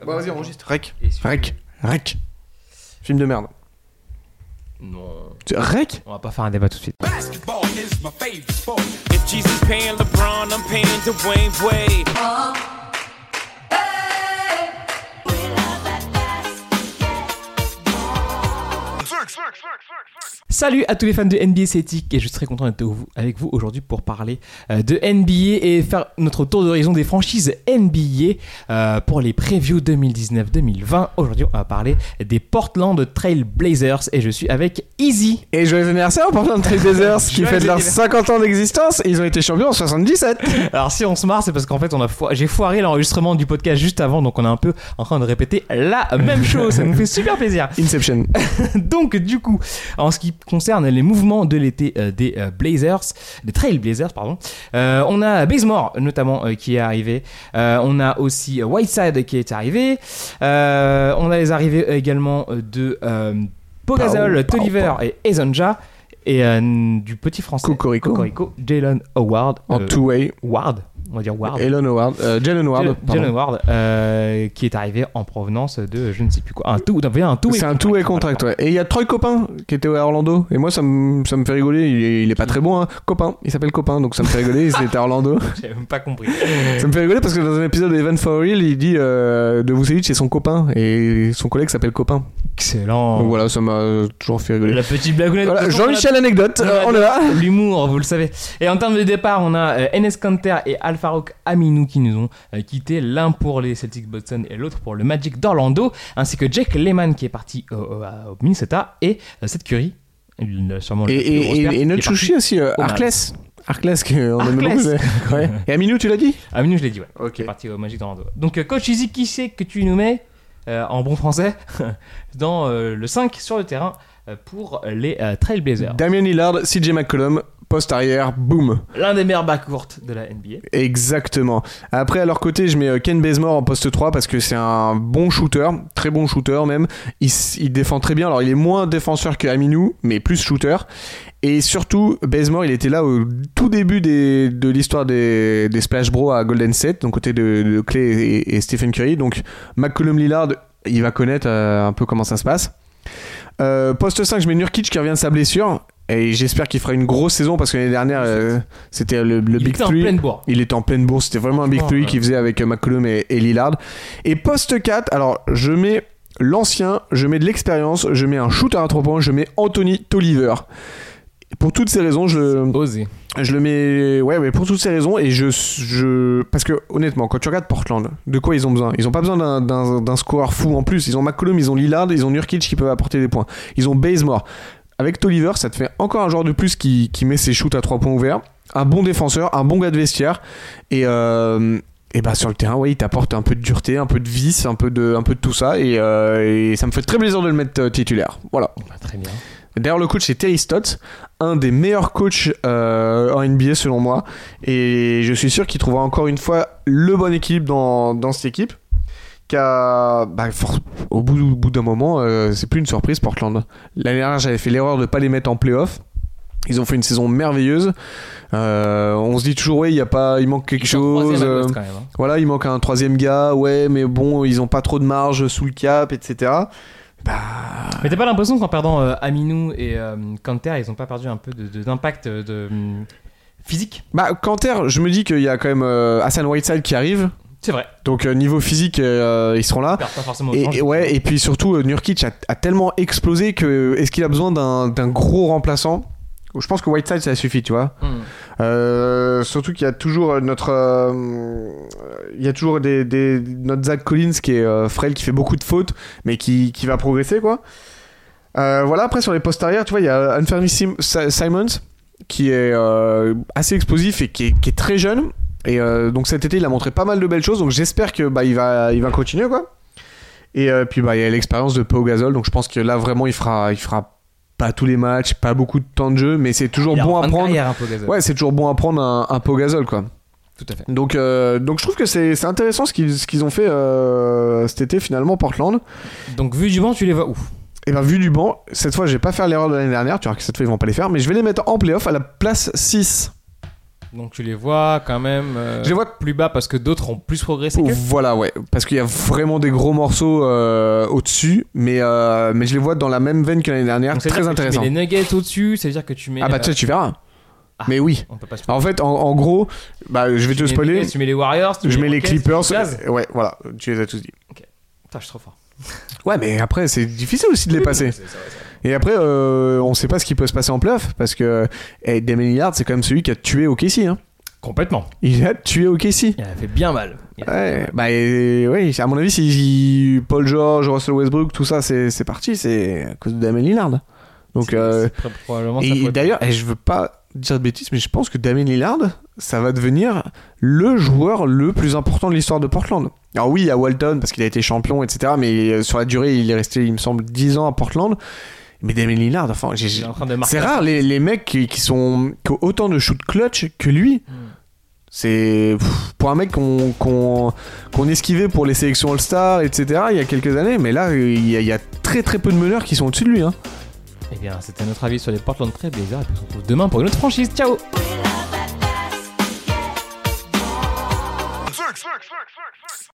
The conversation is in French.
Bon, vas-y, enregistre. Rec. Et sur- Rec. Film de merde. Non. Rec. On va pas faire un débat tout de suite. Basketball is my favorite sport. If Jesus paying LeBron, I'm paying Dwayne Wade. Salut à tous les fans de NBA Celtic et je suis très content d'être avec vous aujourd'hui pour parler de NBA et faire notre tour d'horizon des franchises NBA pour les previews 2019-2020. Aujourd'hui, on va parler des Portland Trail Blazers et je suis avec Easy. Et joyeux anniversaire au Portland Trail Blazers qui fête leurs 50 ans d'existence et ils ont été champions en 77. Alors si on se marre, c'est parce qu'en fait j'ai foiré l'enregistrement du podcast juste avant, donc on est un peu en train de répéter la même chose. Ça nous fait super plaisir. Inception. Donc du coup, en ce qui concerne les mouvements de l'été des Trail Blazers, pardon, on a Bazemore notamment qui est arrivé, on a aussi Whiteside qui est arrivé, on a les arrivées également de Pogazol, Tolliver et Ezonja et du petit français Cocorico, Jalen Howard En two-way. On va dire Ward. Jalen Howard. Jalen Howard qui est arrivé en provenance de je ne sais plus quoi. C'est un two-way contract, ouais. Et il y a Troy Copain qui était à Orlando. Et moi, ça me fait rigoler. Il est pas très bon, hein. Copain. Il s'appelle Copain, donc ça me fait rigoler. Il était à Orlando. J'avais même pas compris. Ça me fait rigoler parce que dans un épisode de Evan for Real, il dit de Vucevic c'est son copain. Et son collègue s'appelle Copain. Excellent. Donc voilà, ça m'a toujours fait rigoler. La petite blagounette. Voilà, Jean-Michel anecdote, on est là. L'humour, vous le savez. Et en termes de départ, on a Enes Kanter et Al-Farouq Aminu qui nous ont quitté, l'un pour les Celtics Boston et l'autre pour le Magic d'Orlando, ainsi que Jake Layman qui est parti au Minnesota et Seth Curry, sûrement et notre chouchi aussi, Arkless, qu'on aime beaucoup. Ouais. Et Aminu, tu l'as dit? Aminu, je l'ai dit, ouais. Ok. Qui est parti au Magic d'Orlando. Donc, coach Easy, qui c'est que tu nous mets en bon français dans le 5 sur le terrain pour les Trail Blazers? Damian Lillard, CJ McCollum, poste arrière, boum. L'un des meilleurs backcourts de la NBA. Exactement. Après, à leur côté, je mets Ken Bazemore en poste 3 parce que c'est un bon shooter, très bon shooter même. Il défend très bien. Alors, il est moins défenseur que Aminu, mais plus shooter. Et surtout, Bazemore, il était là au tout début de l'histoire des Splash Bros à Golden State, donc côté de Clay et Stephen Curry. Donc, McCollum Lillard, il va connaître un peu comment ça se passe. Poste 5, je mets Nurkic qui revient de sa blessure. Et j'espère qu'il fera une grosse saison parce que l'année dernière, c'était le Big Three. Il était en pleine bourse. C'était vraiment un Big Three qu'il faisait avec McCollum et Lillard. Et poste 4, alors je mets l'ancien, je mets de l'expérience, je mets un shooter à 3 points, je mets Anthony Tolliver. Pour toutes ces raisons, je le mets. Ouais, mais pour toutes ces raisons, et parce que honnêtement, quand tu regardes Portland, de quoi ils ont besoin? Ils ont pas besoin d'un scoreur fou en plus. Ils ont McCollum, ils ont Lillard, ils ont Nurkic qui peuvent apporter des points. Ils ont Bazemore. Avec Tolliver, ça te fait encore un joueur de plus qui met ses shoots à 3 points ouverts. Un bon défenseur, un bon gars de vestiaire. Et bah sur le terrain, ouais, il t'apporte un peu de dureté, un peu de vice, un peu de tout ça. Et ça me fait très plaisir de le mettre titulaire. Voilà. Très bien. D'ailleurs, le coach, c'est Terry Stotts, un des meilleurs coachs en NBA selon moi. Et je suis sûr qu'il trouvera encore une fois le bon équilibre dans cette équipe. Au bout d'un moment, c'est plus une surprise Portland. L'année dernière, j'avais fait l'erreur de pas les mettre en play-off. Ils ont fait une saison merveilleuse. On se dit toujours ouais, il manque quelque chose. Quand même, hein. Voilà, il manque un troisième gars. Ouais, mais bon, ils ont pas trop de marge sous le cap, etc. Mais t'as pas l'impression qu'en perdant Aminu et Kanter, ils ont pas perdu un peu d'impact physique? Kanter, je me dis qu'il y a quand même Hassan Whiteside qui arrive. C'est vrai. Donc niveau physique, ils seront là. Pas forcément et puis surtout, Nurkic a tellement explosé que est-ce qu'il a besoin d'un gros remplaçant? Je pense que Whiteside ça suffit, tu vois. Surtout qu'il y a toujours notre Zach Collins qui est frêle, qui fait beaucoup de fautes, mais qui va progresser, quoi. Voilà, après sur les postes arrière, tu vois, il y a Anthony Simons qui est assez explosif et qui est très jeune. Et donc cet été il a montré pas mal de belles choses, donc j'espère que il va continuer, quoi. Et puis il y a l'expérience de Pau Gasol, donc je pense que là vraiment il fera pas tous les matchs, pas beaucoup de temps de jeu, mais c'est toujours bon à prendre. Ouais, c'est toujours bon à prendre un Pau Gasol, quoi. Tout à fait. Donc je trouve que c'est intéressant ce qu'ils ont fait cet été finalement Portland. Donc vu du banc, tu les vois où? Et vu du banc, cette fois je vais pas faire l'erreur de l'année dernière, tu vois que cette fois ils vont pas les faire, mais je vais les mettre en play-off à la place 6. Donc tu les vois quand même Je les vois plus bas parce que d'autres ont plus progressé qu'eux. Voilà, ouais. Parce qu'il y a vraiment des gros morceaux au-dessus, mais je les vois dans la même veine que l'année dernière. Donc, Très intéressant. Tu mets les nuggets au-dessus, c'est-à-dire que tu mets. Ah bah tu verras. Mais oui. On peut pas se En fait, en gros, je vais te spoiler. Tu mets les Warriors, Je mets les Rockets, Clippers. tu mets les Jazz. Ouais, voilà. Tu les as tous dit. Putain, je suis trop fort. Ouais, mais après, c'est difficile aussi de les passer. C'est vrai. Et après, on sait pas ce qui peut se passer en playoff parce que Damian Lillard, c'est quand même celui qui a tué OKC. Hein. Complètement. Il a tué OKC. Il a fait bien mal. Ouais, oui, à mon avis, si Paul George, Russell Westbrook, tout ça, c'est parti, c'est à cause de Damian Lillard. Donc, c'est probablement sa et faute. d'ailleurs, je veux pas dire de bêtises, mais je pense que Damian Lillard, ça va devenir le joueur le plus important de l'histoire de Portland. Alors oui, il y a Walton parce qu'il a été champion, etc. Mais sur la durée, il est resté, il me semble, 10 ans à Portland. Mais Damian Lillard, enfin, Il est en train de marquer c'est rare les mecs qui ont autant de shoot clutch que lui. C'est pour un mec qu'on esquivait pour les sélections All-Star, etc. il y a quelques années, mais là il y a très très peu de meneurs qui sont au-dessus de lui. Hein. Eh bien, c'était notre avis sur les Portland Trail Blazers et puis on se retrouve demain pour une autre franchise. Ciao.